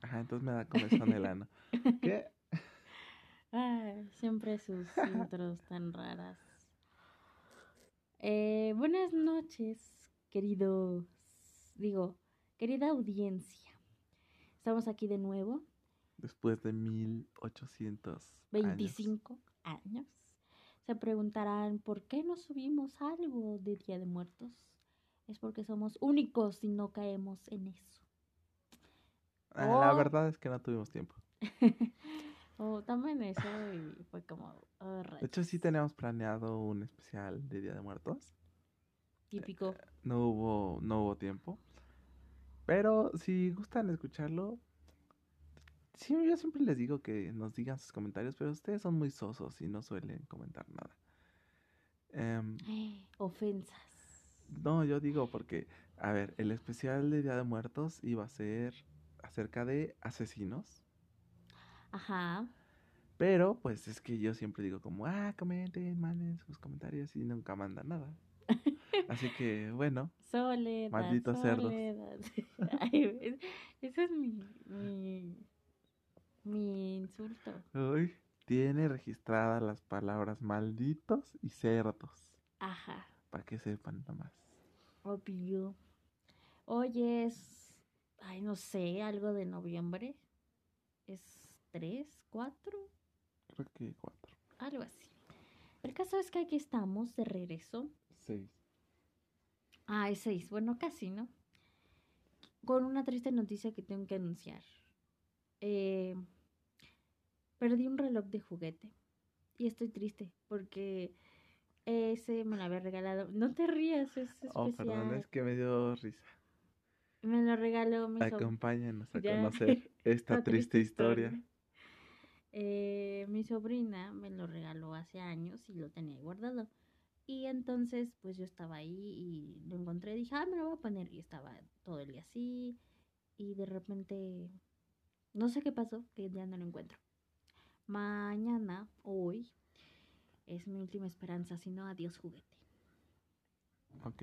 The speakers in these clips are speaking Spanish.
Ajá, entonces me da comezón el ano. ¿Qué? Ay, siempre sus intros tan raras. Buenas noches, querida audiencia. Estamos aquí de nuevo, Después de 1800 años. 25 años. Se preguntarán por qué no subimos algo de Día de Muertos. Es porque somos únicos y no caemos en eso. La O, verdad es que no tuvimos tiempo. o también eso y fue como, oh, De hecho, sí rayos. teníamos planeado un especial de Día de Muertos. Típico. No hubo tiempo. Pero si gustan escucharlo, sí, yo siempre les digo que nos digan sus comentarios, pero ustedes son muy sosos y no suelen comentar nada. Em, Ofensas. no, yo digo porque, a ver, el especial de Día de Muertos iba a ser acerca de asesinos. Ajá. Pero, pues es que yo siempre digo como, comenten, manden sus comentarios y nunca mandan nada. Así que, bueno, Soledad, malditos cerdos. soledad. Ay, ese es mi insulto. Uy, tiene registradas las palabras malditos y cerdos. Ajá, Para que sepan nomás. obvio. Hoy es, ay, no sé, algo de noviembre. ¿Es 3, 4? Creo que 4. Algo así. El caso es que aquí estamos de regreso. 6. Ah, es 6, bueno, casi, ¿no? Con una triste noticia que tengo que anunciar. Eh, Perdí un reloj de juguete. Y estoy triste porque ese me lo había regalado. No te rías, es Oh, perdón, es especial. que me dio risa. Me lo regaló mi sobrina. Acompáñanos a Ya, conocer esta esta triste triste historia. historia. Mi sobrina me lo regaló hace años y lo tenía ahí guardado. Y entonces, pues yo estaba ahí y lo encontré. Dije, me lo voy a poner. Y estaba todo el día así. Y de repente, no sé qué pasó, que ya no lo encuentro. Mañana, hoy, es mi última esperanza. Si no, adiós juguete. Ok.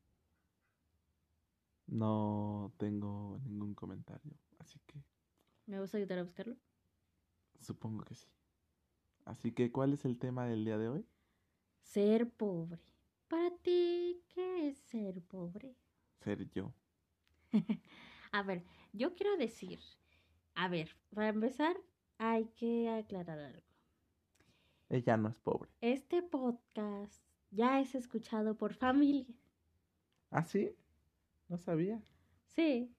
No tengo ningún comentario, así que ¿Me vas a ayudar a buscarlo? supongo que sí. Así que, ¿cuál es el tema del día de hoy? Ser pobre. Para ti, ¿qué es ser pobre? Ser yo. A ver, yo quiero decir, a ver, para empezar, hay que aclarar algo. Ella no es pobre. Este podcast ya es escuchado por familia. ¿Ah, sí? No sabía. Sí.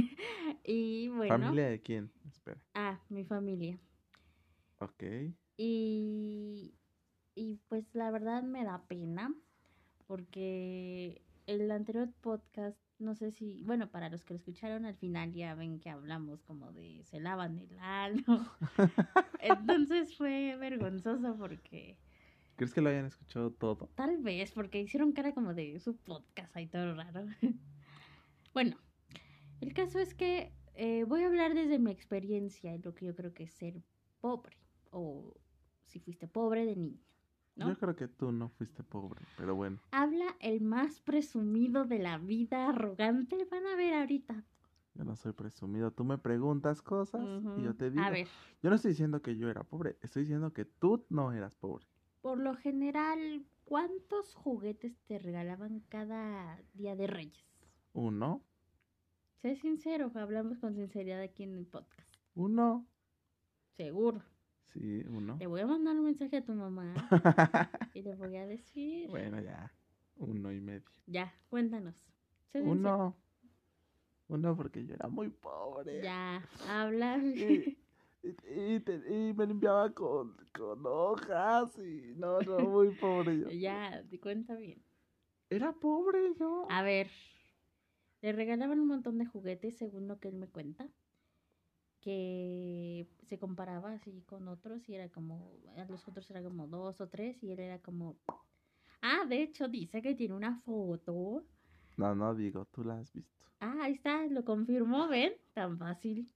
Y bueno, ¿Familia de quién? Espera. mi familia. Ok. Y, y pues la verdad me da pena porque el anterior podcast, no sé si, bueno, para los que lo escucharon al final ya ven que hablamos como de se lavan el ano. Entonces fue vergonzoso porque ¿Crees que lo hayan escuchado todo? tal vez porque hicieron cara como de su podcast ahí todo raro. Bueno, el caso es que voy a hablar desde mi experiencia en lo que yo creo que es ser pobre o si fuiste pobre de niño, Yo ¿no? creo que tú no fuiste pobre, pero bueno, Habla el más presumido de la vida, arrogante. Van a ver ahorita. yo no soy presumido. Tú me preguntas cosas y yo Ujú. te A digo. ver, Yo no estoy diciendo que yo era pobre, estoy diciendo que tú no eras pobre. por lo general, ¿cuántos juguetes te regalaban cada día de Reyes? Uno, Sé sincero, hablamos con sinceridad aquí en el podcast. uno, Seguro. sí, uno. Le voy a mandar un mensaje a tu mamá y le voy a decir. Bueno, ya, 1.5. Ya, cuéntanos. Sé sincero. Uno, uno porque yo era muy pobre. Ya, habla. Y, y me limpiaba con hojas y no, muy pobre yo. Ya, te cuenta bien. Era pobre yo. A ver, le regalaban un montón de juguetes según lo que él me cuenta. Que se comparaba así con otros y era como, a los otros era como dos o tres y él era como... de hecho dice que tiene una foto. No, no digo, tú la has visto. Ahí está, lo confirmó, ¿ven? Tan fácil.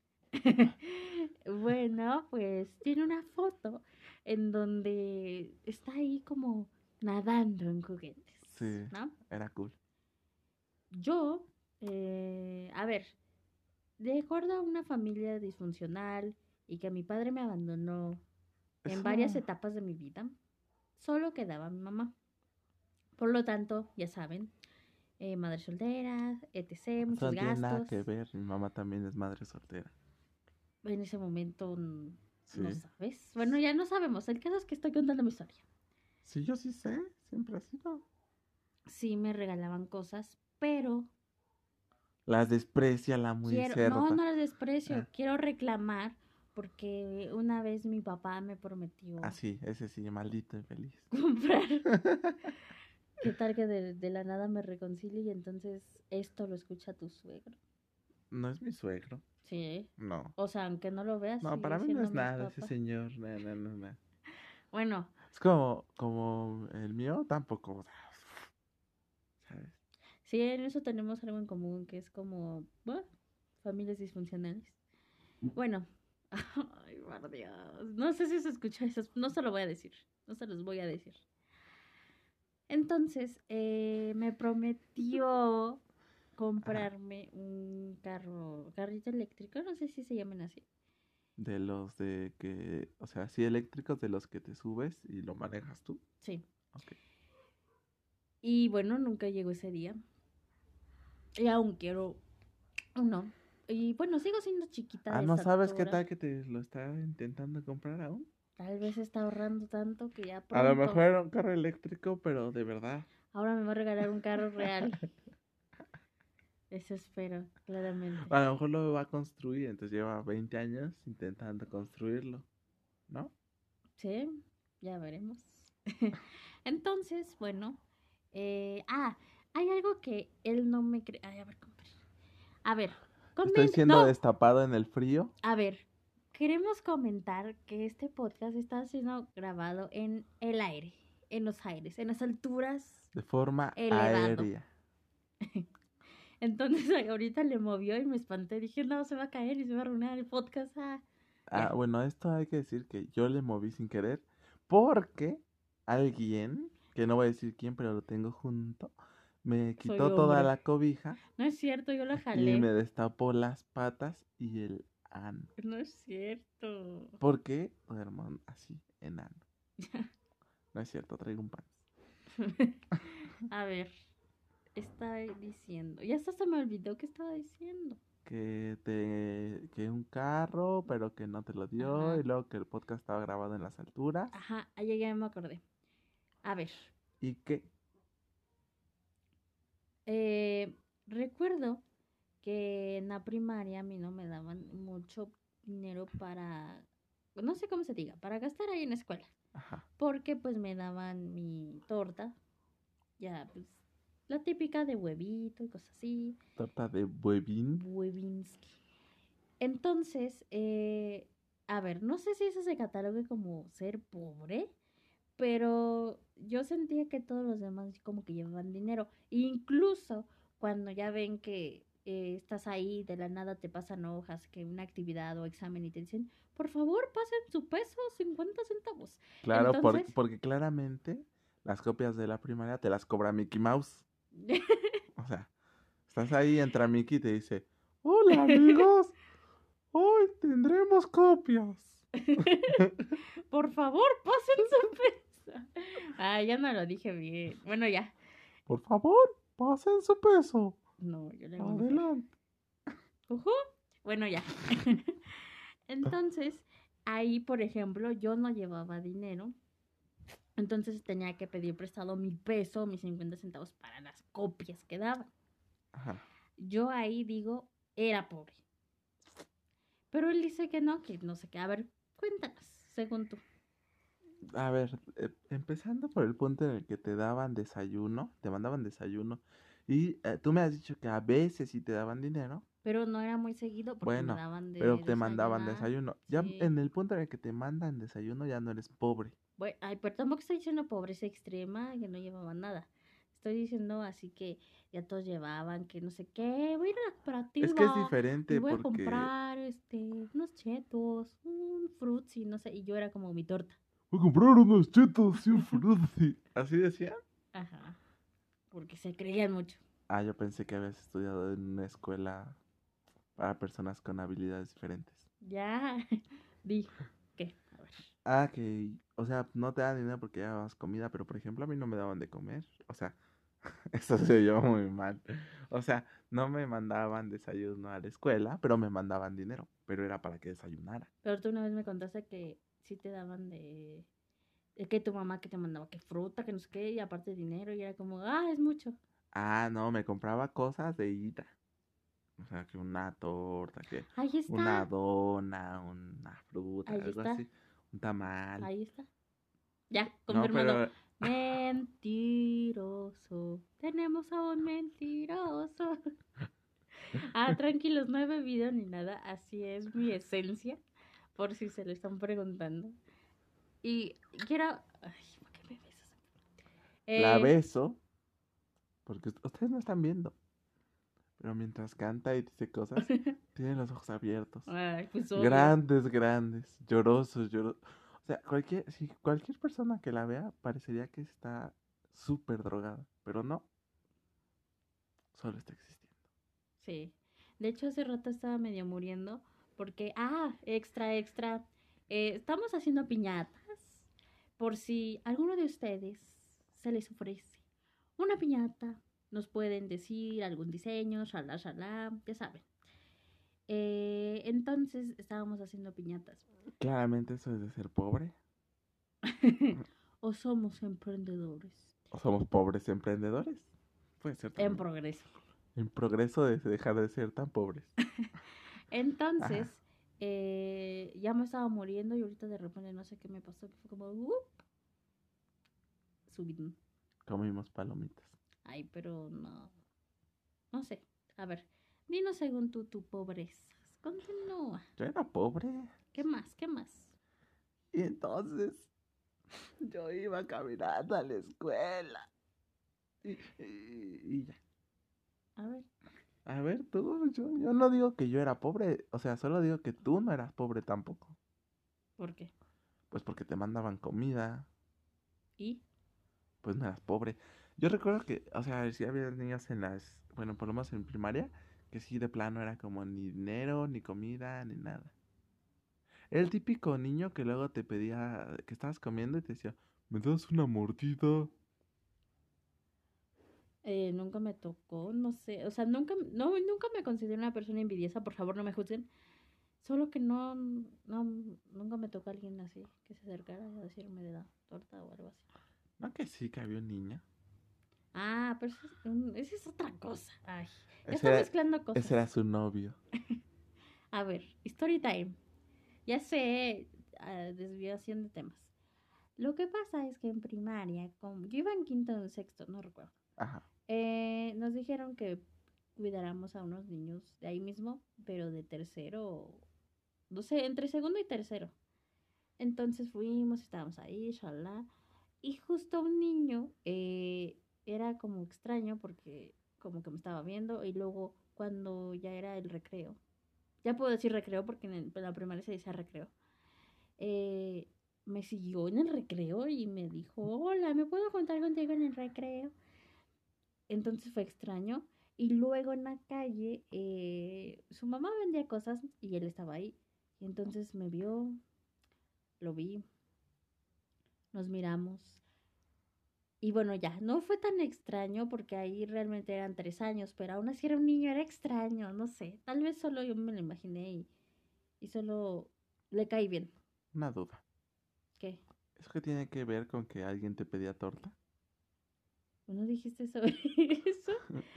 Bueno, pues tiene una foto en donde está ahí como nadando en juguetes, Sí, ¿no? era cool. Yo, a ver, de acuerdo a una familia disfuncional y que mi padre me abandonó en varias Eso etapas de mi vida, solo quedaba mi mamá. Por lo tanto, ya saben, madre soltera, etc., eso muchos no tiene nada gastos. que ver. Mi mamá también es madre soltera. En ese momento no Sí. sabes. Bueno, ya no sabemos. El caso es que estoy contando mi historia. Sí, yo sí sé. Siempre ha sido. Sí me regalaban cosas, pero La desprecia la muy no, cerda. no las desprecio. Ah, Quiero reclamar porque una vez mi papá me prometió sí, ese sí, maldito infeliz. comprar. ¿Qué tal que de la nada me reconcilie y entonces esto lo escucha tu suegro? No es mi suegro. Sí. No. O sea, aunque no lo veas, No, sigue para mí no siendo es mi nada ese papá. señor. No, no, no, no. Bueno, Es como el mío, tampoco. ¿Sabes? sí, en eso tenemos algo en común, que es como, bueno, familias disfuncionales. Bueno, ay, por Dios, no sé si se escucha eso, no se lo voy a decir, no se los voy a decir. Entonces, me prometió Ajá. comprarme un carrito eléctrico, no sé si se llaman así. De los de que, o sea, sí eléctricos de los que te subes y lo manejas tú. Sí. Ok. Y bueno, nunca llegó ese día. Y aún quiero uno. Y bueno, sigo siendo chiquita Ah, de ¿no sabes qué estatura. tal que te lo está intentando comprar aún? Tal vez está ahorrando tanto que ya A lo pronto. mejor era un carro eléctrico, pero de verdad. Ahora me va a regalar un carro real. Eso espero, claramente. A lo mejor lo va a construir, entonces lleva 20 años intentando construirlo, ¿no? Sí, ya veremos. Entonces, bueno. Hay algo que él no me cree. Ay, a ver, compadre. A ver, Estoy comente. siendo No, destapado en el frío a ver. Queremos comentar que este podcast está siendo grabado en el aire, en los aires, en las alturas, de forma elevado. aérea. Entonces ahorita le movió y me espanté. Dije, no, se va a caer y se va a arruinar el podcast. Ah, Ah, ya, bueno, esto hay que decir que yo le moví sin querer porque alguien, que no voy a decir quién, pero lo tengo junto, me soy quitó toda hombre. la cobija No es cierto, yo la y jalé. me destapó las patas y el ano. No es cierto. Porque duermo así, enano. No es cierto, traigo un pan. A ver, estaba diciendo. Ya hasta se me olvidó qué estaba diciendo. Que un carro, pero que no te lo dio, Ajá, y luego que el podcast estaba grabado en las alturas, ajá, ahí ya me acordé. A ver, y que, eh, recuerdo que en la primaria a mí no me daban mucho dinero para, no sé cómo se diga, para gastar ahí en la escuela. ajá, Porque pues me daban mi torta, ya pues la típica de huevito y cosas así, torta de huevín, huevinsky. Entonces, a ver, no sé si eso se catalogue como ser pobre, pero yo sentía que todos los demás como que llevaban dinero. Incluso cuando ya ven que estás ahí, de la nada te pasan hojas, que una actividad o examen y te dicen, por favor, pasen su peso, 50 centavos. claro, Entonces, porque claramente las copias de la primaria te las cobra Mickey Mouse. O sea, estás ahí, entra Mickey y te dice, hola amigos, hoy tendremos copias. por favor, pasen su peso. Ah, ya no lo dije bien. Bueno, ya. Por favor, pasen su peso. No, yo le hago mejor. Adelante. Ujú. Bueno, ya. Entonces, ahí, por ejemplo, yo no llevaba dinero. Entonces tenía que pedir prestado mi peso, mis 50 centavos para las copias que daban. Ajá. Yo ahí digo, era pobre. Pero él dice que no sé qué. A ver, cuéntanos, según tú. A ver, empezando por el punto en el que te daban desayuno, te mandaban desayuno, y tú me has dicho que a veces sí te daban dinero, Pero no era muy seguido porque me bueno, daban pero de te mandaban desayunar. desayuno. Ya Sí. en el punto en el que te mandan desayuno ya no eres pobre. Bueno, ay, pero tampoco estoy diciendo pobreza extrema, que no llevaban nada. Estoy diciendo así que ya todos llevaban, que no sé qué, voy a ir a la Es que es cooperativa y diferente voy a porque comprar unos chetos, un frutzi, no sé, y yo era como mi torta. voy a comprar unos chetos y un frutti. ¿Así decía? Ajá, porque se creían mucho. Ah, yo pensé que habías estudiado en una escuela para personas con habilidades diferentes. Ya. Di. ¿Qué? A ver. Ah, que, o sea, no te dan dinero porque llevabas comida, pero por ejemplo a mí no me daban de comer. O sea, eso se oyó muy mal. O sea, no me mandaban desayuno a la escuela, pero me mandaban dinero, pero era para que desayunara. Pero tú una vez me contaste que sí te daban de... que tu mamá que te mandaba que fruta, que no sé qué, y aparte dinero, y era como, es mucho. Ah, no, me compraba cosas de ida. O sea, que una torta, que Ahí una está. dona, una fruta, Ahí algo está. así, un tamal. Ahí está. Ya, No, confirmado. pero Mentiroso. Tenemos a un mentiroso. Tranquilos, no he bebido ni nada. Así es mi esencia. Por si se lo están preguntando. Y quiero. Ay, ¿por qué me besas? la Eh, beso, porque ustedes no están viendo. Pero mientras canta y dice cosas, tiene los ojos abiertos. Ay, pues obvio. Grandes, grandes, llorosos, llorosos. O sea, si cualquier persona que la vea parecería que está súper drogada, pero no, solo está existiendo. Sí. De hecho, hace rato estaba medio muriendo. Porque, extra, extra. Estamos haciendo piñatas. Por si alguno de ustedes se les ofrece una piñata, nos pueden decir algún diseño, shalá, shalá, ya saben. Entonces estábamos haciendo piñatas. Claramente eso es de ser pobre. O somos emprendedores. O somos pobres emprendedores. Puede ser En también. progreso. En progreso de dejar de ser tan pobres. Entonces, Ajá. ya me estaba muriendo y ahorita de repente no sé qué me pasó, que fue como, subidón. Comimos palomitas. Ay, pero no, no sé. A ver, dinos según tú, tu pobreza. Continúa. Yo era pobre. ¿Qué más? ¿Qué más? Y entonces yo iba caminando a la escuela. Y ya. A ver, A ver, yo no digo que yo era pobre. O sea, solo digo que tú no eras pobre tampoco. ¿por qué? Pues porque te mandaban comida. ¿Y? Pues no eras pobre. Yo recuerdo que, o sea, si había niños en bueno, por lo menos en primaria, que sí de plano era como ni dinero, ni comida, ni nada. Era el típico niño que luego te pedía, que estabas comiendo y te decía, ¿me das una mordida? Nunca me tocó, no sé, o sea, nunca me considero una persona envidiosa, por favor no me juzguen, solo que nunca me tocó alguien así, que se acercara a decirme de la torta o algo así. No que sí, que había un niño. Pero esa es otra cosa, ay, ya Ese está era, mezclando cosas. ese era su novio. A ver, story time, ya sé, desviación de temas. Lo que pasa es que en primaria, como yo iba en quinto o en sexto, no recuerdo. Ajá. Nos dijeron que cuidáramos a unos niños de ahí mismo, pero de tercero, no sé, entre segundo y tercero. Entonces fuimos, estábamos ahí, shalá, y justo un niño era como extraño porque como que me estaba viendo y luego cuando ya era el recreo, ya puedo decir recreo porque en la primaria se decía recreo, eh, me siguió en el recreo y me dijo, hola, ¿me puedo juntar contigo en el recreo? Entonces fue extraño. Y luego en la calle, su mamá vendía cosas y él estaba ahí. Y entonces me vio, lo vi, nos miramos. Y bueno, ya, no fue tan extraño porque ahí realmente eran 3 años, pero aún así era un niño, era extraño, no sé. Tal vez solo yo me lo imaginé y solo le caí bien. Una duda. ¿Qué? ¿Eso qué tiene que ver con que alguien te pedía torta? ¿No dijiste sobre eso?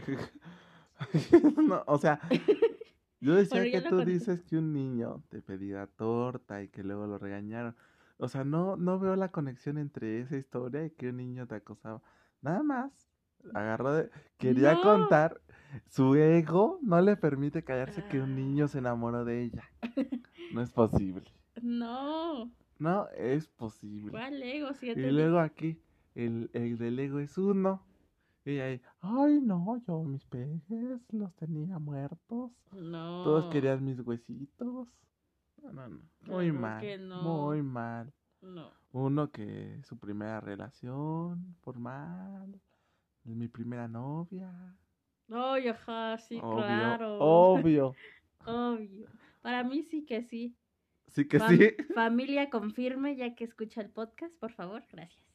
No, o sea, yo Bueno, decía ya que lo tú conté. dices que un niño te pedía torta y que luego lo regañaron. O sea, no veo la conexión entre esa historia y que un niño te acosaba. Nada más. Agarró quería No. contar. Su ego no le permite callarse que un niño se Ah. enamoró de ella. No es posible. No. No es posible. ¿Cuál ego? Si ya Y te luego dije. aquí, el del ego es uno. Y ahí, ay no, yo mis peces los tenía muertos. Todos No. querían mis huesitos. No. Muy Claro mal, que no. muy mal. No. Uno que su primera relación formal, mi primera novia. Ay, ajá, sí, Obvio, claro. obvio. Obvio. Para mí sí que sí. Sí que sí. Familia, confirme ya que escucha el podcast, por favor. Gracias.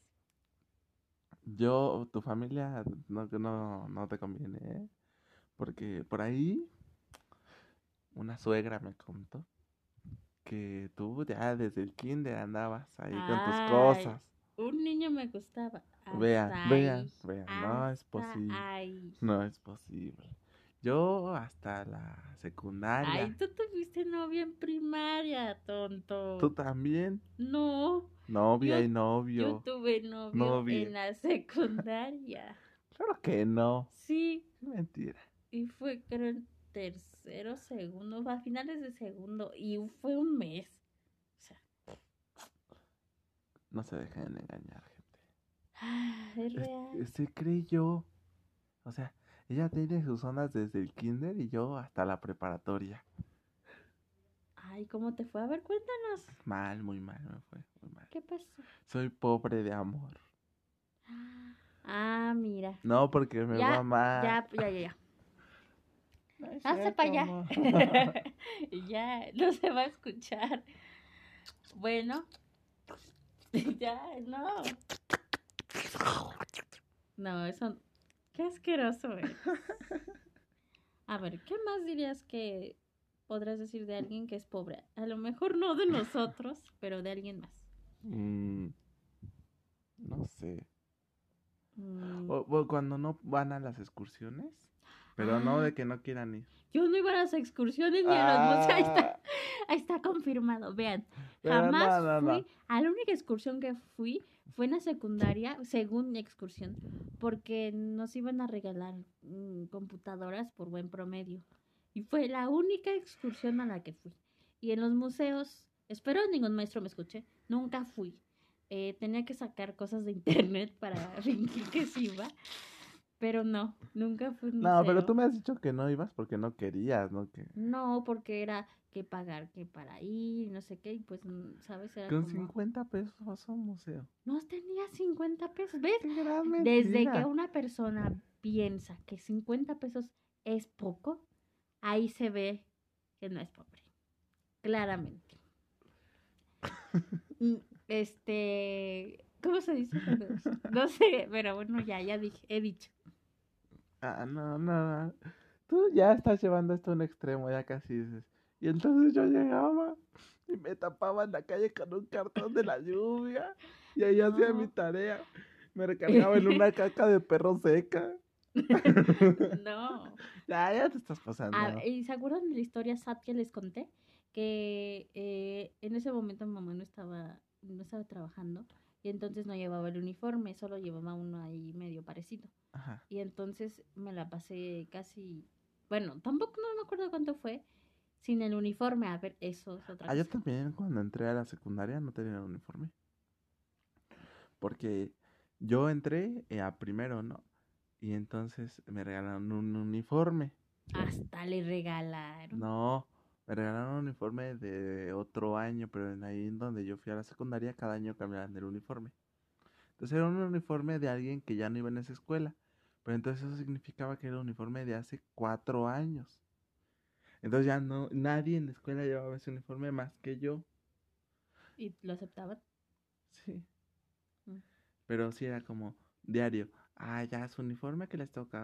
Tu familia no te conviene, ¿eh? Porque por ahí una suegra me contó que tú ya desde el kinder andabas ahí con tus Ay, cosas. un niño me gustaba. Vean, Hasta vean, ahí. vean, no es Hasta posible, ahí. no es posible. Yo hasta la Ay, secundaria, tú tuviste novia en primaria, tú tonto. también, No, novia yo, y yo novio, tuve novio novia. en la secundaria. Claro que no, Sí, es mentira. y fue creo en tercero, segundo, a finales de segundo, y fue un mes. O sea, No se dejen engañar, gente. es real. Se cree yo. O sea, ella tiene sus zonas desde el kinder y yo hasta la preparatoria. Ay, ¿cómo te fue? A ver, cuéntanos. Mal, muy mal me fue, muy mal. ¿Qué pasó? Soy pobre de amor. Ah, mira. No, porque me va Ya, mal. ya. No es Hazte cierto, para allá. amor. Ya, no se va a escuchar. Bueno, ya, no. No, eso. Qué asqueroso, A ver, ¿qué más dirías que podrás decir de alguien que es pobre? A lo mejor no de nosotros, pero de alguien más. No sé. Mm, O cuando no van a las excursiones, pero no Ah, de que no quieran ir. yo no iba a las excursiones ni a los museos. Ah, Ahí está confirmado. Vean, pero jamás no. fui. A la única excursión que fui fue en la secundaria, según mi excursión, porque nos iban a regalar computadoras por buen promedio. Y fue la única excursión a la que fui. Y en los museos, espero ningún maestro me escuche, nunca fui. Tenía que sacar cosas de internet para fingir que sí iba. Pero no, nunca fui a un No, pero museo. tú me has dicho que no ibas porque no querías, ¿no? Que No, porque era que pagar que para ir, no sé qué, y pues, ¿sabes? Era con como, 50 pesos vas a un museo. no tenía 50 pesos, ¿ves? ¡Qué gran Desde que mentira! una persona piensa que 50 pesos es poco, ahí se ve que no es pobre, claramente. ¿Cómo se dice? No sé, pero bueno, ya dije, he dicho. Ah, no. Tú ya estás llevando esto a un extremo, ya casi dices. Y entonces yo llegaba y me tapaba en la calle con un cartón de la lluvia. Y ahí hacía mi No. tarea. Me recargaba en una caca de perro seca. No. Ya te estás pasando. ¿Y se acuerdan de la historia sad que les conté? Que en ese momento mamá no estaba trabajando y entonces no llevaba el uniforme, solo llevaba uno ahí medio parecido. Ajá. Y entonces me la pasé casi, bueno, tampoco no me acuerdo cuánto fue, sin el uniforme. A ver, eso es otra Yo cosa. también cuando entré a la secundaria no tenía uniforme. Porque yo entré a primero, ¿no? Y entonces me regalaron un uniforme. Hasta le regalaron. No, me regalaron un uniforme de otro año, pero ahí en donde yo fui a la secundaria, cada año cambiaban el uniforme. Entonces era un uniforme de alguien que ya no iba en esa escuela. Pero entonces eso significaba que era un uniforme de hace 4 años. Entonces ya no, nadie en la escuela llevaba ese uniforme más que yo. ¿Y lo aceptaban? Sí. Mm. Pero sí era como diario. Ah, ya su uniforme que les toca.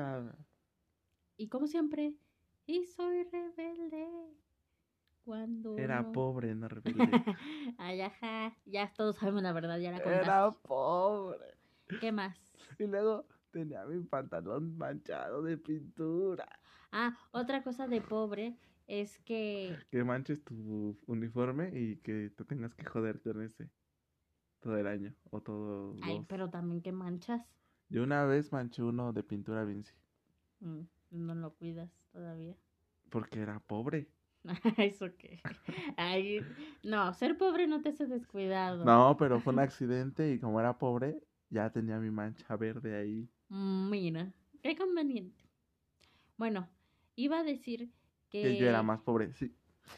Y como siempre, y soy rebelde cuando Era no. pobre, no rebelde. Ay, ajá, ya todos sabemos la verdad, ya la Era contaste. pobre. ¿Qué más? Y luego tenía mi pantalón manchado de pintura. Ah, otra cosa de pobre es que... Que manches tu uniforme y que te tengas que joder con ese todo el año o todos Ay, dos. pero también que manchas. Yo una vez manché uno de pintura Vinci Mm, no lo cuidas todavía. porque era pobre. ¿Eso qué? Ay, no, ser pobre no te hace descuidado. No, pero fue un accidente y como era pobre, ya tenía mi mancha verde ahí. Mira, qué conveniente. Bueno, iba a decir Que yo era que más pobre, sí.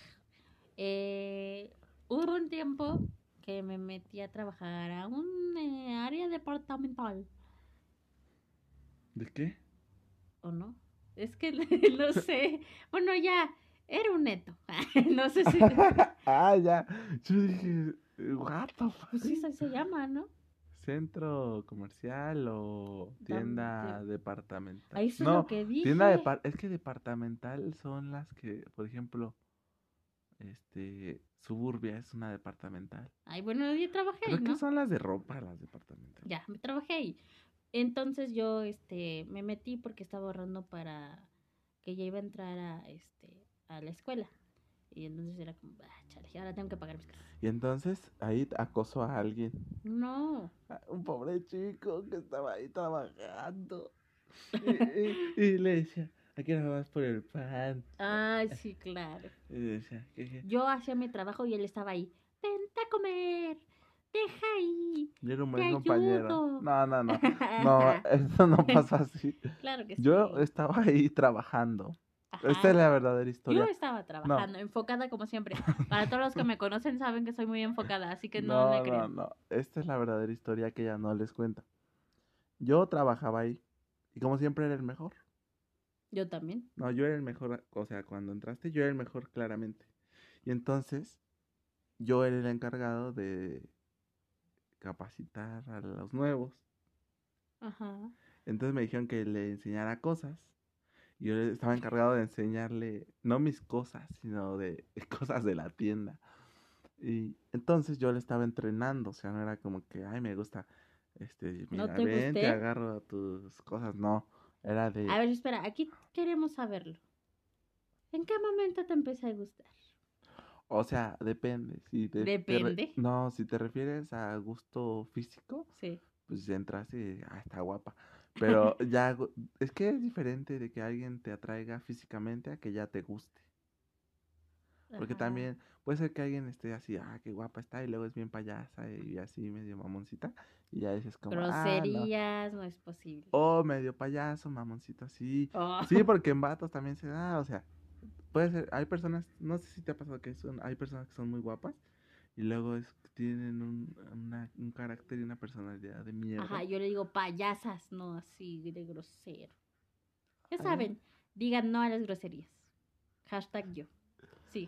hubo un tiempo que me metí a trabajar a un área departamental, ¿De qué? ¿o no? Es que no sé. Bueno, ya, Era un neto. No sé si... Ah, ya. Yo dije, what the Pues sí, fuck? así se llama, ¿no? ¿Centro comercial o tienda departamental? Eso es lo No, que tienda dije. es que departamental son las que, por ejemplo, Suburbia es una departamental. Ay, bueno, yo trabajé ahí, Creo que ¿no? son las de ropa, las departamentales. Ya, me trabajé ahí. Entonces yo, me metí porque estaba ahorrando para que ya iba a entrar a la escuela. Y entonces era como, chale, ahora tengo que pagar mis cosas. Y entonces ahí acosó a alguien. No. Un pobre chico que estaba ahí trabajando. Y le decía, ¿a qué hora vas por el pan? Ay, sí, claro. Y decía, ¿qué? Yo hacía mi trabajo y él estaba ahí. Vente a comer. Deja ahí. Yo era un Te buen compañero. ayudo. No, no, no. No, eso no pasó así. Claro que Yo sí. estaba ahí trabajando. Esta es Ajá. la verdadera Yo historia. estaba No, trabajando, enfocada como siempre. Para todos los que me conocen saben que soy muy enfocada, así que no me no, no, crean. no. Esta es la verdadera historia que ella no les cuenta. Yo trabajaba ahí. Y como siempre era el mejor. Yo también. No, yo era el mejor. O sea, cuando entraste, yo era el mejor claramente. Y entonces, yo era el encargado de capacitar a los nuevos. Ajá. Entonces me dijeron que le enseñara cosas. Y yo estaba encargado de enseñarle, no mis cosas, sino de cosas de la tienda. Y entonces yo le estaba entrenando, o sea, no era como que, ay, me gusta, ¿No mira, te ven, te gusté? agarro tus cosas. No, era A de, ver, espera, aquí queremos saberlo. ¿En qué momento te empecé a gustar? o sea, depende. Si Depende. no, si te refieres a gusto físico, Sí. pues entras y, está guapa. Pero ya, es que es diferente de que alguien te atraiga físicamente a que ya te guste. Porque Ajá. también puede ser que alguien esté así, qué guapa está, y luego es bien payasa y así medio mamoncita. Y ya dices como, no. Groserías, no es posible. O medio payaso, mamoncito así. Oh. Sí, porque en vatos también se da, o sea, puede ser, hay personas, no sé si te ha pasado que hay personas que son muy guapas y luego tienen un carácter y una personalidad de mierda. Ajá, yo le digo payasas, no así de grosero. Ya Ah, ya. saben, digan no a las groserías. Hashtag yo. Sí.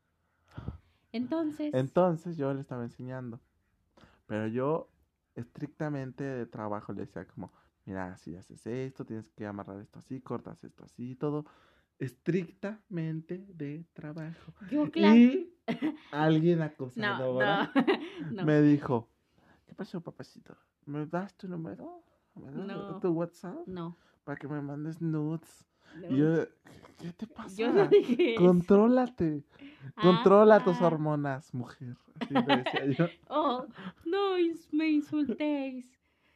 Entonces, Entonces yo le estaba enseñando, pero yo estrictamente de trabajo le decía como, mira, si haces esto, tienes que amarrar esto así, cortas esto así, todo estrictamente de trabajo. yo, claro. Y alguien No, acosadora no, no, me dijo, ¿qué pasó, papacito? ¿Me das tu número? ¿Me das no, tu WhatsApp? no, Para que me mandes nudes. Y no. yo, ¿qué te Yo no pasa? dije eso. Contrólate. Controla tus Ajá. hormonas, mujer. Así le decía yo. Oh, no me insultéis.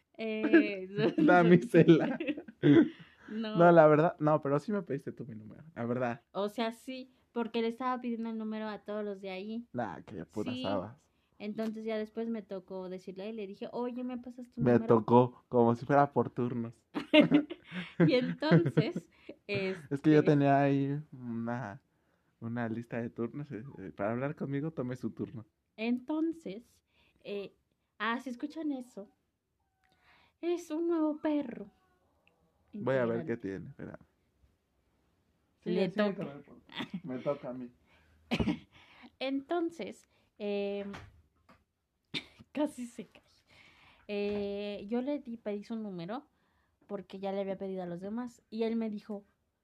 Damisela. No, No, la verdad, no, pero sí me pediste tú mi número. La verdad. o sea, sí, porque le estaba pidiendo el número a todos los de ahí. Nah, que puras Sí, habas. entonces ya después me tocó decirle y le dije, oye, ¿me pasas tu Me número? tocó como si fuera por turnos. Y entonces, Es que yo tenía ahí una lista de turnos. Para hablar conmigo, tomé su turno. entonces, eh, si escuchan eso, es un nuevo perro Voy a ver qué integrante. tiene. Espera. Le Sigue toca. con el podcast. Me toca a mí. Entonces, eh, casi se cae. Yo pedí su número porque ya le había pedido a los demás y él me dijo,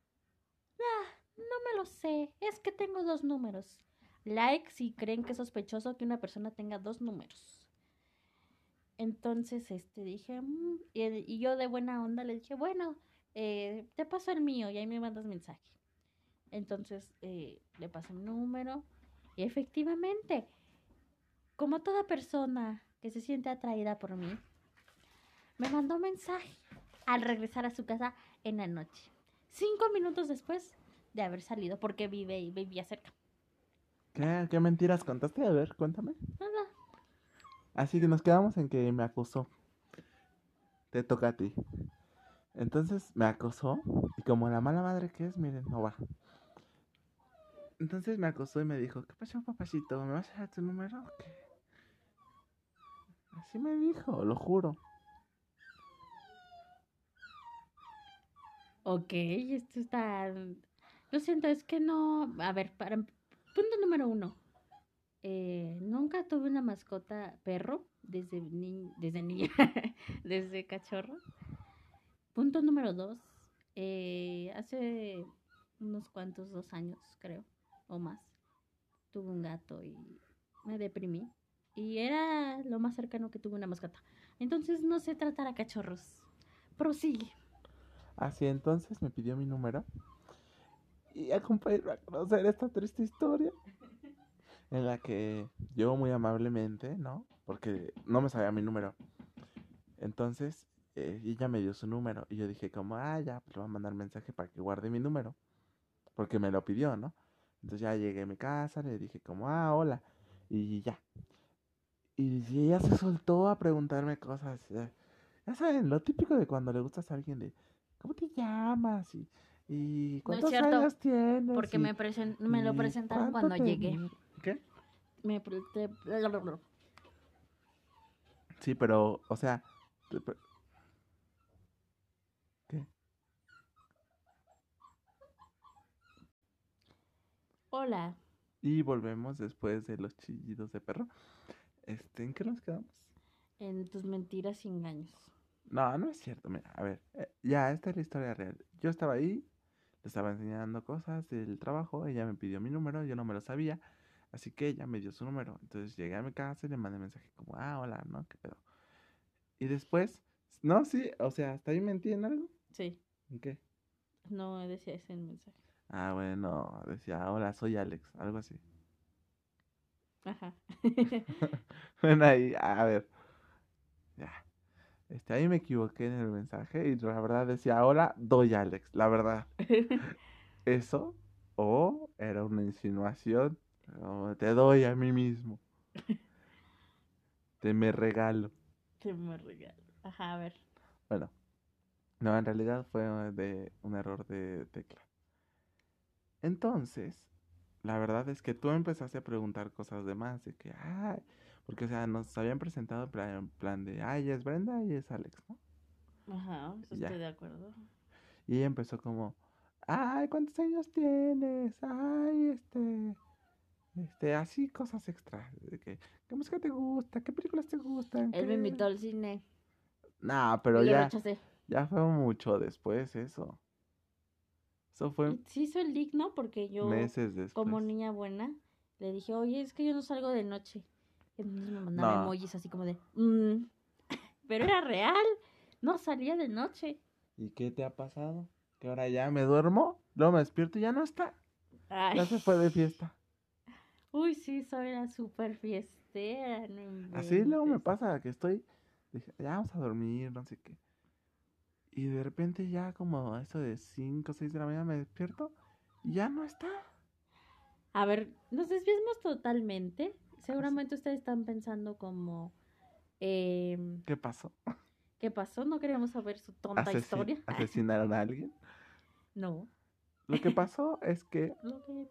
no me lo sé, es que tengo dos números. Like si creen que es sospechoso que una persona tenga dos números. Entonces, dije, y yo de buena onda le dije, bueno, te paso el mío y ahí me mandas mensaje. Entonces, le pasé mi número y efectivamente, como toda persona que se siente atraída por mí, me mandó mensaje al regresar a su casa en la noche. 5 minutos después de haber salido, porque vivía cerca. ¿Qué mentiras contaste? A ver, cuéntame. Nada. Así que nos quedamos en que me acosó. Te toca a ti. Entonces me acosó. Y como la mala madre que es, miren, no va. Entonces me acosó y me dijo, ¿qué pasó, papacito? ¿Me vas a dar tu número o qué? Así me dijo, lo juro. Ok, esto está... Lo siento, es que no. A ver, punto número 1. Nunca tuve una mascota perro desde niña, desde cachorro. Punto número 2. Hace unos cuantos 2 años, creo, o más, tuve un gato y me deprimí. Y era lo más cercano que tuve una mascota. Entonces no sé tratar a cachorros. Prosigue. Así entonces me pidió mi número y acompáñenme a conocer esta triste historia en la que yo muy amablemente, ¿no? Porque no me sabía mi número. Entonces ella me dio su número y yo dije como, ya, pues le voy a mandar mensaje para que guarde mi número. Porque me lo pidió, ¿no? Entonces ya llegué a mi casa, le dije como, hola. Y ya. Y ella se soltó a preguntarme cosas. Ya saben, lo típico de cuando le gustas a alguien de, ¿cómo te llamas? Y No es ¿cuántos cierto, años tienes? porque me lo Y presentaron ¿cuánto cuando te llegué. mide? ¿Qué? Me pre- te- Sí, pero, o sea, ¿qué? Hola, Y volvemos después de los chillidos de perro. ¿En qué nos quedamos? en tus mentiras y engaños. No, no es cierto. Mira, a ver, ya, esta es la historia real. Yo estaba ahí, le estaba enseñando cosas del trabajo, ella me pidió mi número, yo no me lo sabía, así que ella me dio su número. Entonces llegué a mi casa y le mandé mensaje como, hola, ¿no? ¿Qué pedo? Y después, no, sí, o sea, ¿hasta ahí mentí en algo? Sí, ¿En qué? no decía ese mensaje. Bueno, decía, hola, soy Alex, algo así. Ajá. Bueno, ahí, a ver, ya. Ahí me equivoqué en el mensaje y la verdad decía, hola, doy Alex, la verdad. Eso, o era una insinuación, o te doy a mí mismo, te me regalo. Te me regalo. Ajá, a ver. Bueno, no, en realidad fue de un error de tecla. Entonces, la verdad es que tú empezaste a preguntar cosas de más, de que, porque, o sea, nos habían presentado en plan de, ella es Brenda y es Alex, ¿no? Ajá, eso Y estoy ya. de acuerdo. Y ella empezó como, ¿cuántos años tienes? Así cosas extras, de que, ¿qué música te gusta? ¿Qué películas te gustan? Él me ¿Qué? invitó al cine Nah, y pero lo ya, rechacé. ya fue mucho después eso. Eso fue Y se hizo el digno porque yo, meses como después. niña buena, le dije, oye, es que yo no salgo de noche. Entonces me mandaba No, emojis así como de, pero era real, no salía de noche. ¿y qué te ha pasado? Que ahora ya me duermo, luego me despierto y ya no está. Ay, Ya se fue de fiesta. uy, sí, soy la super fiestera, no Así luego me inventes. pasa que dije, ya vamos a dormir, no sé qué. Y de repente ya como a eso de 5 o 6 de la mañana me despierto y ya no está. A ver, nos desviamos totalmente. Así, Seguramente ustedes están pensando como, em, ¿qué pasó? ¿qué pasó? No queríamos saber su tonta historia. ¿Asesinaron a alguien? No. Lo que pasó es que Lo que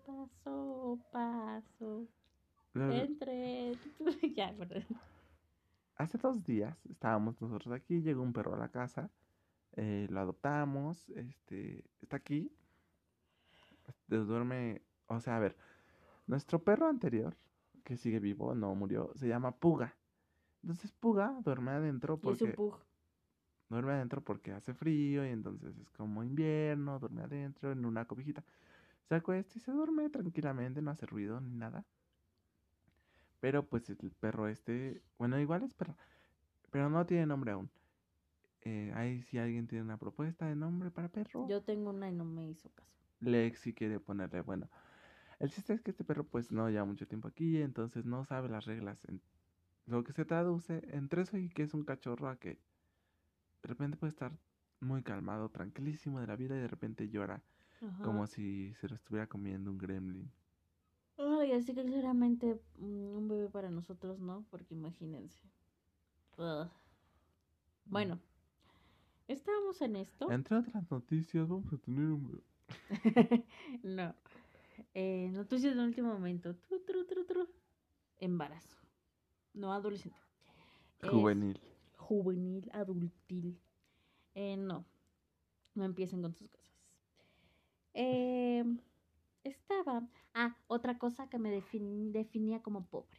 pasó. lo- Entre. Ya, perdón. hace 2 días estábamos nosotros aquí, llegó un perro a la casa, lo adoptamos, está aquí, duerme, o sea, a ver, nuestro perro anterior, que sigue vivo, no murió, se llama Puga. Entonces Puga Y es un pug. duerme adentro porque hace frío y entonces es como invierno, duerme adentro en una cobijita. Se acuesta y se duerme tranquilamente, no hace ruido ni nada. Pero pues el perro bueno, igual es perro, pero no tiene nombre aún. Ahí si alguien tiene una propuesta de nombre para perro, Yo tengo una y no me hizo caso. Lexi quiere ponerle, bueno. El chiste es que este perro pues no lleva mucho tiempo aquí, entonces no sabe las reglas. Lo que se traduce entre eso y que es un cachorro a que de repente puede estar muy calmado, tranquilísimo de la vida y de repente llora Ajá. como si se lo estuviera comiendo un gremlin. Ay, así que claramente un bebé para nosotros no, porque imagínense. Ugh. Mm. Bueno, estábamos en esto. Entre otras noticias, vamos a tener un... No. Noticias de último momento. Tru. Embarazo. No adolescente. Es Juvenil. juvenil, adultil. No, no empiecen con sus cosas. Eh, estaba. Ah, otra cosa que me definía como pobre.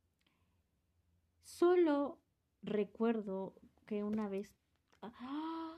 Solo recuerdo que una vez. ¡Ah!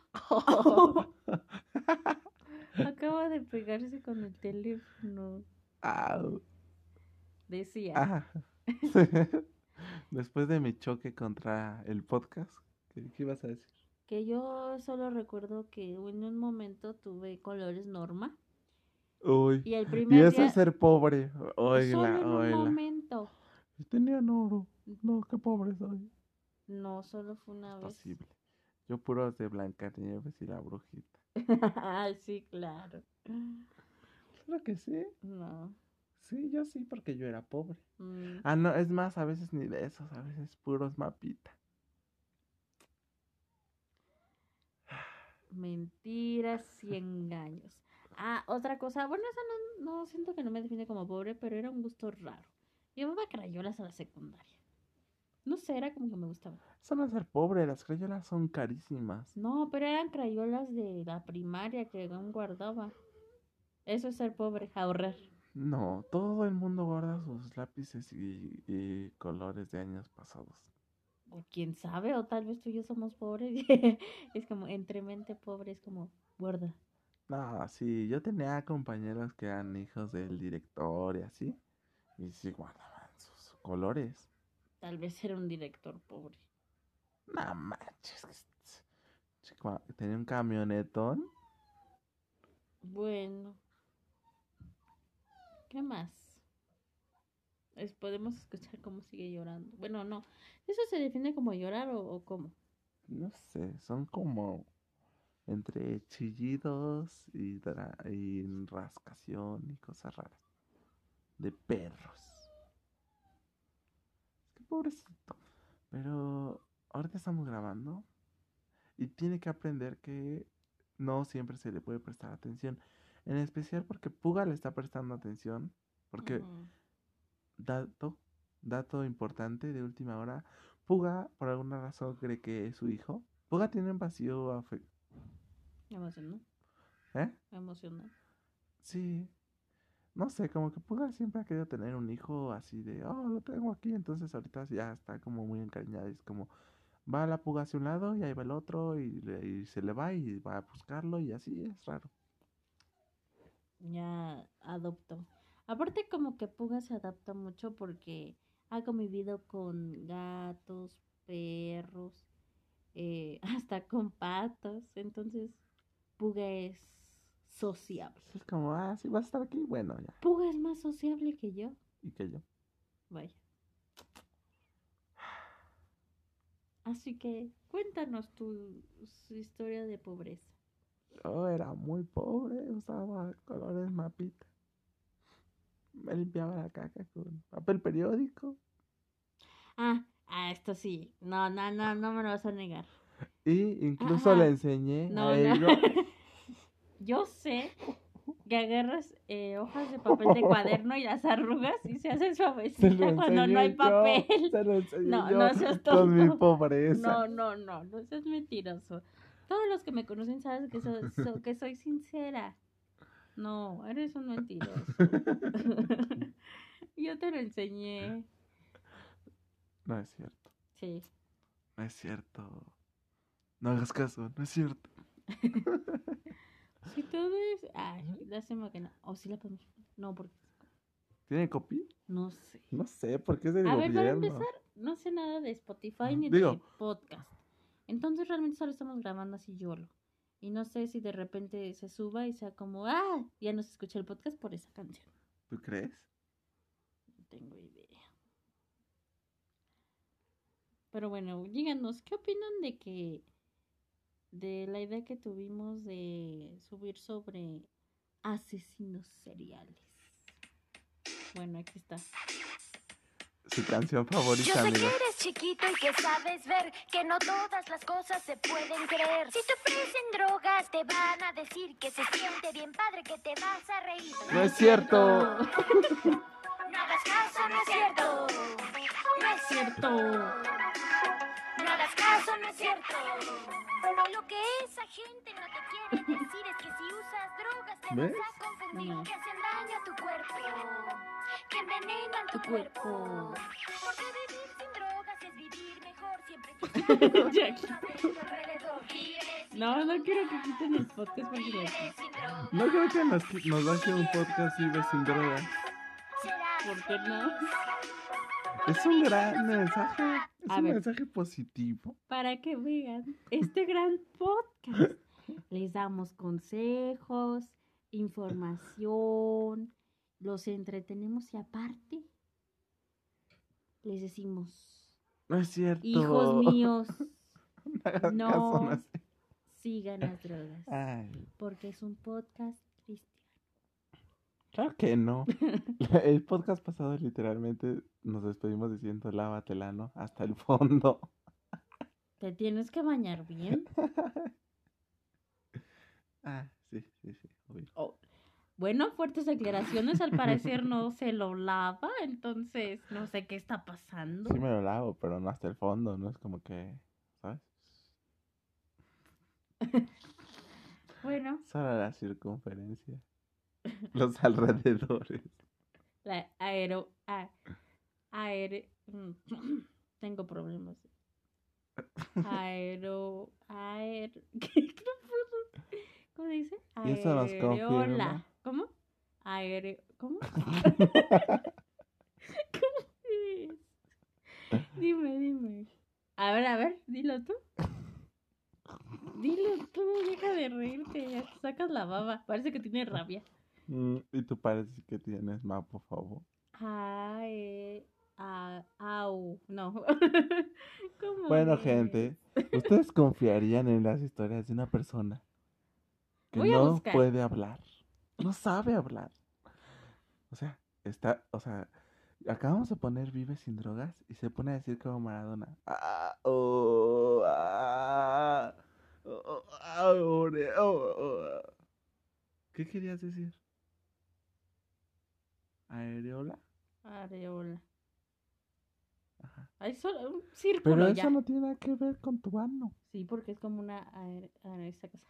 Acaba de pegarse con el teléfono. Au. Decía Ah. Después de mi choque contra el podcast, ¿qué ibas a decir? que yo solo recuerdo que en un momento tuve colores Norma Uy, y el y primer eso es día, ser pobre. solo Oíla, en un oíla. momento. Tenían oro. No, qué pobre soy. No, solo fue una vez. Imposible. Yo puros de Blancanieves y la brujita. Ay, sí, claro. Claro que sí. No. Sí, yo sí, porque yo era pobre. Mm, Ah, no, es más, a veces ni de esos, a veces puros mapita. mentiras y engaños. Ah, otra cosa. Bueno, esa no siento que no me define como pobre, pero era un gusto raro. Llevaba crayolas a la secundaria. No sé, era como que me gustaba. Eso no es ser pobre, las crayolas son carísimas. No, pero eran crayolas de la primaria que aún guardaba. Eso es ser pobre, ahorrar. No, todo el mundo guarda sus lápices y colores de años pasados. O quién sabe, o tal vez tú y yo somos pobres. Es como, entre mente pobre, es como, guarda. No, sí, yo tenía compañeros que eran hijos del director y así, y sí guardaban sus colores. Tal vez era un director pobre. No manches, tenía un camionetón. Bueno, ¿qué más? Podemos escuchar cómo sigue llorando. Bueno, no. ¿Eso se define como llorar o cómo? No sé, son como entre chillidos y rascación y cosas raras. De perros. Qué pobrecito. Pero ahorita estamos grabando y tiene que aprender que no siempre se le puede prestar atención. En especial porque Puga le está prestando atención. Porque, Ujú. dato importante de última hora, Puga por alguna razón cree que es su hijo. Puga tiene un vacío Emocional. ¿Eh? Emocional. Sí, no sé, como que Puga siempre ha querido tener un hijo así de, oh, lo tengo aquí, entonces ahorita ya está como muy encariñado. Es como, va la Puga hacia un lado y ahí va el otro y se le va y va a buscarlo y así es raro. Ya adoptó. Aparte como que Puga se adapta mucho porque ha convivido con gatos, perros, hasta con patos. Entonces Puga es sociable. Es como, ah, sí, vas a estar aquí, bueno, ya. Puga es más sociable que yo. ¿Y que yo? Vaya. Así que cuéntanos su historia de pobreza. Yo era muy pobre, usaba colores mapita. Me limpiaba la caca con papel periódico. Esto sí. No me lo vas a negar. Y incluso le Ajá. enseñé a No. ellos. Yo sé que agarras hojas de papel de cuaderno y las arrugas y se hace Se lo suavecita cuando no hay enseñé yo. papel. Se lo enseñé No, yo no seas con mi tonto. pobreza. No seas mentiroso. Todos los que me conocen saben que que soy sincera. No, eres un mentiroso. Yo te lo enseñé. No es cierto. Sí. No es cierto. No hagas caso, no es cierto. Si todo es. Ay, lástima que no. O si la podemos. No, porque. ¿Tiene copy? No sé. No sé, porque es del A ver, para gobierno. empezar, no sé nada de Spotify ni Digo, de podcast. Entonces realmente solo estamos grabando así YOLO. Y no sé si de repente se suba y sea como, ya no se escucha el podcast por esa canción. ¿tú crees? No tengo idea. Pero bueno, díganos, ¿qué opinan de la idea que tuvimos de subir sobre asesinos seriales? Bueno, aquí está. Su canción Yo favorita, sé que amigo. eres chiquito y que sabes ver que no todas las cosas se pueden creer. Si te ofrecen drogas te van a decir que se siente bien padre, que te vas a reír. No es cierto. No hagas caso, no es cierto. No es cierto. No hagas hagas caso, no es cierto. Lo que esa gente no te quiere decir es que si usas drogas te ¿Ves? vas a confundir, No. que hacen daño a tu cuerpo, que envenenan tu cuerpo. Porque vivir sin drogas es vivir mejor, siempre que Jackie. alrededor. Vive sin No drogas, quiero que quiten el podcast porque lo vive quito. sin drogas. No creo que nos baje un podcast y ve sin drogas. Serás ¿Por qué no? Es un gran mensaje. Es A un ver. mensaje positivo. Para que vean este gran podcast. Les damos consejos, información, los entretenemos y aparte les decimos, No es cierto. hijos míos, No hagas no. caso, no sé. sigan las drogas, Ay, porque es un podcast cristiano. claro que no. El podcast pasado literalmente nos despedimos diciendo lávatela, ¿no? Hasta el fondo. ¿Te tienes que bañar bien? Ah, sí, obvio. Oh, bueno, fuertes declaraciones, al parecer no se lo lava, entonces no sé qué está pasando. Sí me lo lavo, pero no hasta el fondo, no es como que, ¿sabes? Bueno, Solo la circunferencia. Los alrededores. la tengo problemas. ¿Qué? ¿Cómo dice? Y eso nos confirma. ¿Cómo? ¿Cómo? ¿Cómo es? Dime. A ver, dilo tú. Dilo tú, deja de reírte, ya te sacas la baba. Parece que tiene rabia. Y tú pareces que tienes más, por favor. Au, no. ¿Cómo Bueno, es? gente, ¿ustedes confiarían en las historias de una persona que Voy a no buscar. puede hablar? No sabe hablar. O sea, acabamos de poner Vive sin drogas y se pone a decir como Maradona. ¿Qué querías decir? ¿Areola? Areola. Ajá. Hay solo un círculo Pero ya. eso no tiene nada que ver con tu ano. Sí, porque es como una esa cosa.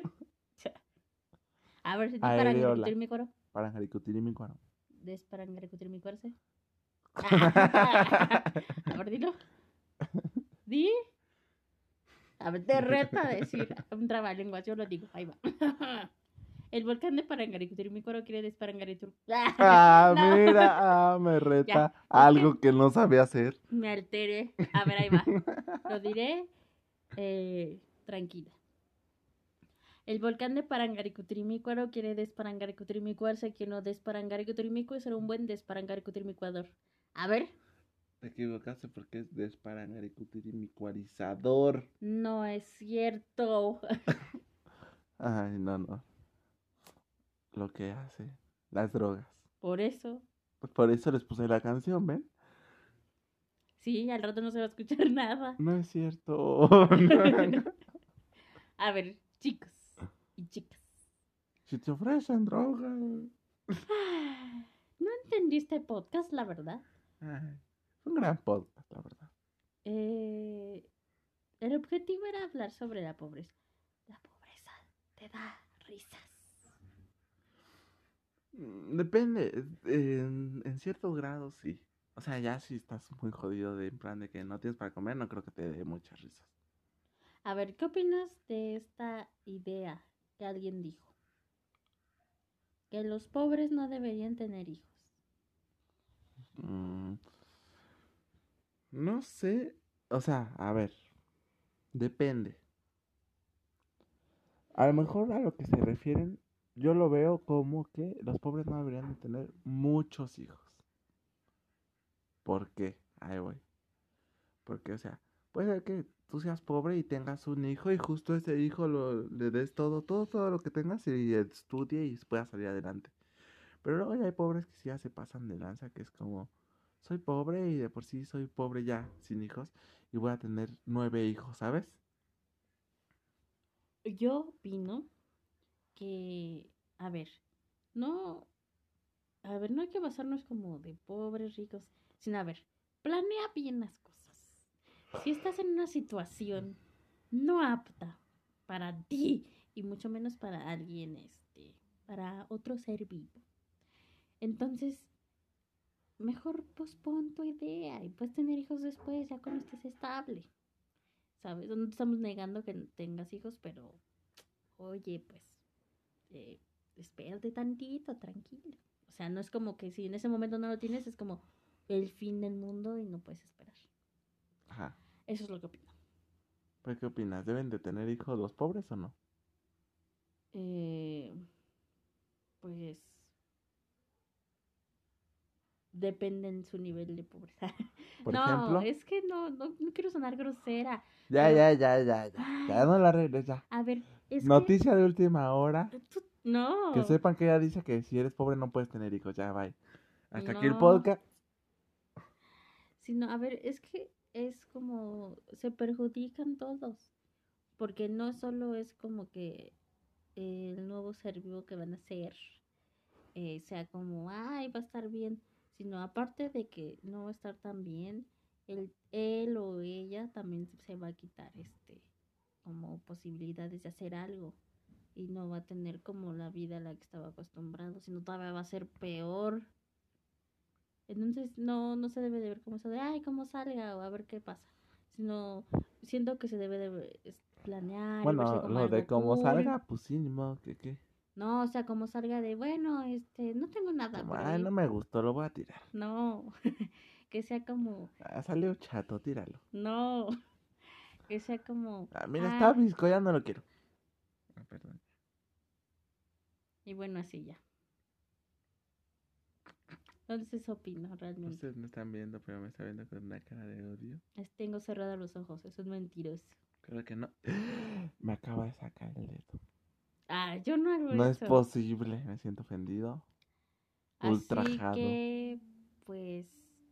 A ver si te para Areola. discutir mi coro. Para jaricutir mi cuano. Desparangarcutir mi cuerse. A ver, dilo. Di. A ver, te reto a decir un trabalenguas, yo lo digo. Ahí va. El volcán de Parangaricutirimícuaro mi coro quiere desparangaritur. No. Mira, me reta Ya, es algo que no sabe hacer. Me alteré. A ver, ahí va. Lo diré tranquila. El volcán de Parangaricutirimícuaro quiere desparangaricutirimícuarse, quien no desparangaricutirimícuaro será un buen desparangaricutirimícuador. A ver. Te equivocaste porque es desparangaricutirimícuarizador. No es cierto. Ay, no. Lo que hace. Las drogas. Por eso. Pues por eso les puse la canción, ¿ven? Sí, al rato no se va a escuchar nada. No es cierto. A ver, chicos y chicas. Si te ofrecen drogas. No entendí este podcast, la verdad. Ay, es un gran podcast, la verdad. El objetivo era hablar sobre la pobreza. La pobreza te da risas. Depende. En ciertos grados, sí. O sea, ya si estás muy jodido de en plan de que no tienes para comer, no creo que te dé muchas risas. A ver, ¿qué opinas de esta idea que alguien dijo? Que los pobres no deberían tener hijos. No sé. O sea, a ver. Depende. A lo mejor a lo que se refieren, yo lo veo como que los pobres no deberían de tener muchos hijos. ¿Por qué? Ahí voy. Porque, o sea, puede ser que tú seas pobre y tengas un hijo y justo ese hijo le des todo lo que tengas y estudie y pueda salir adelante. Pero luego ya hay pobres que sí ya se pasan de lanza, que es como, soy pobre y de por sí soy pobre ya, sin hijos, y voy a tener 9 hijos, ¿sabes? Yo opino que, no hay que basarnos como de pobres, ricos, sino planea bien las cosas. si estás en una situación no apta para ti y mucho menos para alguien, para otro ser vivo, entonces mejor pospon tu idea y puedes tener hijos después, ya cuando estés estable, ¿sabes? No te estamos negando que tengas hijos, pero oye, pues, espérate tantito, tranquilo. O sea, no es como que si en ese momento no lo tienes, es como el fin del mundo y no puedes esperar. Ajá. Eso es lo que opino. ¿Pues qué opinas? ¿Deben de tener hijos los pobres o no? Pues depende en su nivel de pobreza. Por No, ejemplo. es que no quiero sonar grosera. Ya, pero- ya, ya, ya, ya. Ya Ay, no la arregles, ya. a ver, es Noticia de última hora. que... No. Que sepan que ella dice que si eres pobre no puedes tener hijos. Ya, bye. Hasta aquí el No. podcast. Sino, a ver, es que es como se perjudican todos, porque no solo es como que el nuevo ser vivo que van a ser sea como, ay, va a estar bien, sino aparte de que no va a estar tan bien, él o ella también se va a quitar como posibilidades de hacer algo y no va a tener como la vida a la que estaba acostumbrado, sino todavía va a ser peor. Entonces no se debe de ver como eso de, ay, cómo salga o a ver qué pasa. Sino siento que se debe de planear y verse Bueno, como lo algo de cómo cool. salga, pues sí, ni modo que qué. No, o sea, como salga de, bueno, no tengo nada, Como, pero ay, no me gustó, lo voy a tirar. no, que sea como, Ah, salió chato, tíralo. no, que sea como, Ah, mira, está visco, ya no lo quiero. Ah, perdón. y bueno, así ya. Entonces opino realmente. Ustedes me están viendo, pero me está viendo con una cara de odio. Tengo cerrados los ojos, eso es mentiroso. Creo que no. Me acaba de sacar el dedo. Ah, yo no hago No es eso. posible, me siento ofendido. Así Ultrajado. que, pues,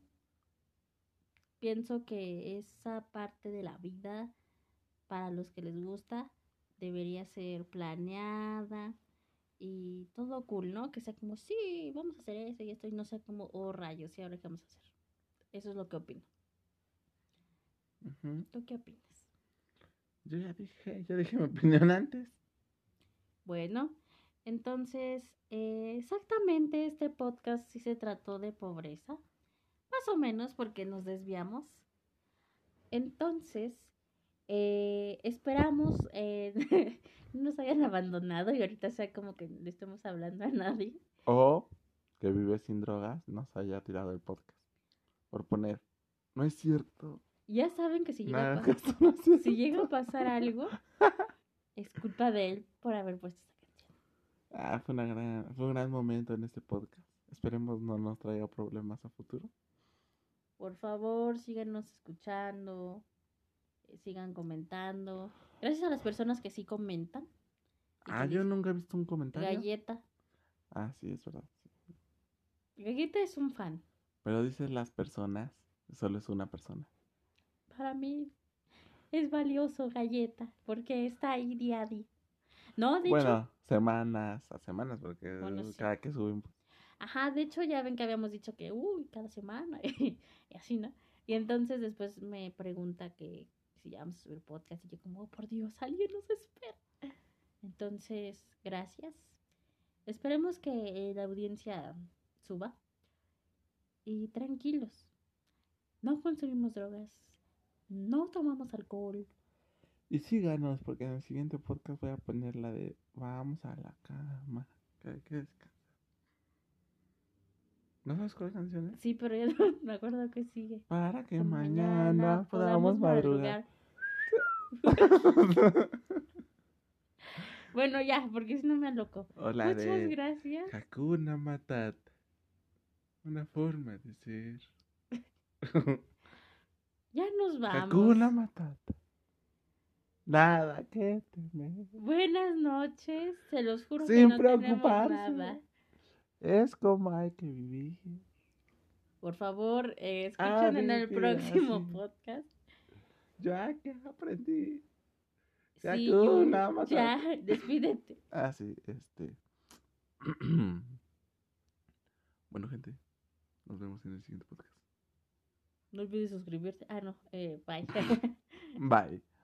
pienso que esa parte de la vida, para los que les gusta, debería ser planeada y todo cool, ¿no? Que sea como, sí, vamos a hacer eso y esto, y no sea como, oh rayos, ¿y ahora qué vamos a hacer? Eso es lo que opino. Ujú. ¿Tú qué opinas? Yo ya dije mi opinión antes. Bueno, entonces, exactamente este podcast sí se trató de pobreza, más o menos porque nos desviamos. Entonces, esperamos no nos hayan abandonado y ahorita sea como que le estemos hablando a nadie. O que vive sin drogas nos haya tirado el podcast. Por poner. No es cierto. Ya saben que si llega, Nada, que esto no es cierto. si llega a pasar algo, es culpa de él por haber puesto esta canción. Ah, fue un gran momento en este podcast. Esperemos no nos traiga problemas a futuro. Por favor, síganos escuchando, sigan comentando. Gracias a las personas que sí comentan. y que Ah, yo dicen, nunca he visto un comentario. Galleta. Ah, sí, es verdad. Sí. Galleta es un fan. Pero dices las personas, solo es una persona. Para mí es valioso Galleta porque está ahí día a día. No, de hecho, Bueno, semanas a semanas, porque Bueno, sí. cada que subimos. ajá, de hecho ya ven que habíamos dicho que, cada semana y así, ¿no? Y entonces después me pregunta que si ya vamos a subir podcast y yo como, oh, por Dios, alguien nos espera. Entonces, gracias. Esperemos que la audiencia suba. Y tranquilos, no consumimos drogas, no tomamos alcohol. Y síganos, porque en el siguiente podcast voy a poner la de vamos a la cama. Que hay que descansar. ¿No sabes cuál canción es? Sí, pero ya no me acuerdo que sigue. Para que Que mañana podamos madrugar. Bueno, ya, porque si no me aloco. O la Muchas de gracias. Hakuna Matata. Una forma de ser. Ya nos vamos. Hakuna Matata. Nada que temer. Buenas noches. Se los juro que Sin no tenemos preocuparse. nada. Es como hay que vivir. Por favor, escuchen en el vivir próximo así. podcast. Ya que aprendí. Sí, Hakuna Matata. ya, despídete. Ah, sí, Bueno, gente, nos vemos en el siguiente podcast. No olvides suscribirte. Ah, no. Bye. Bye.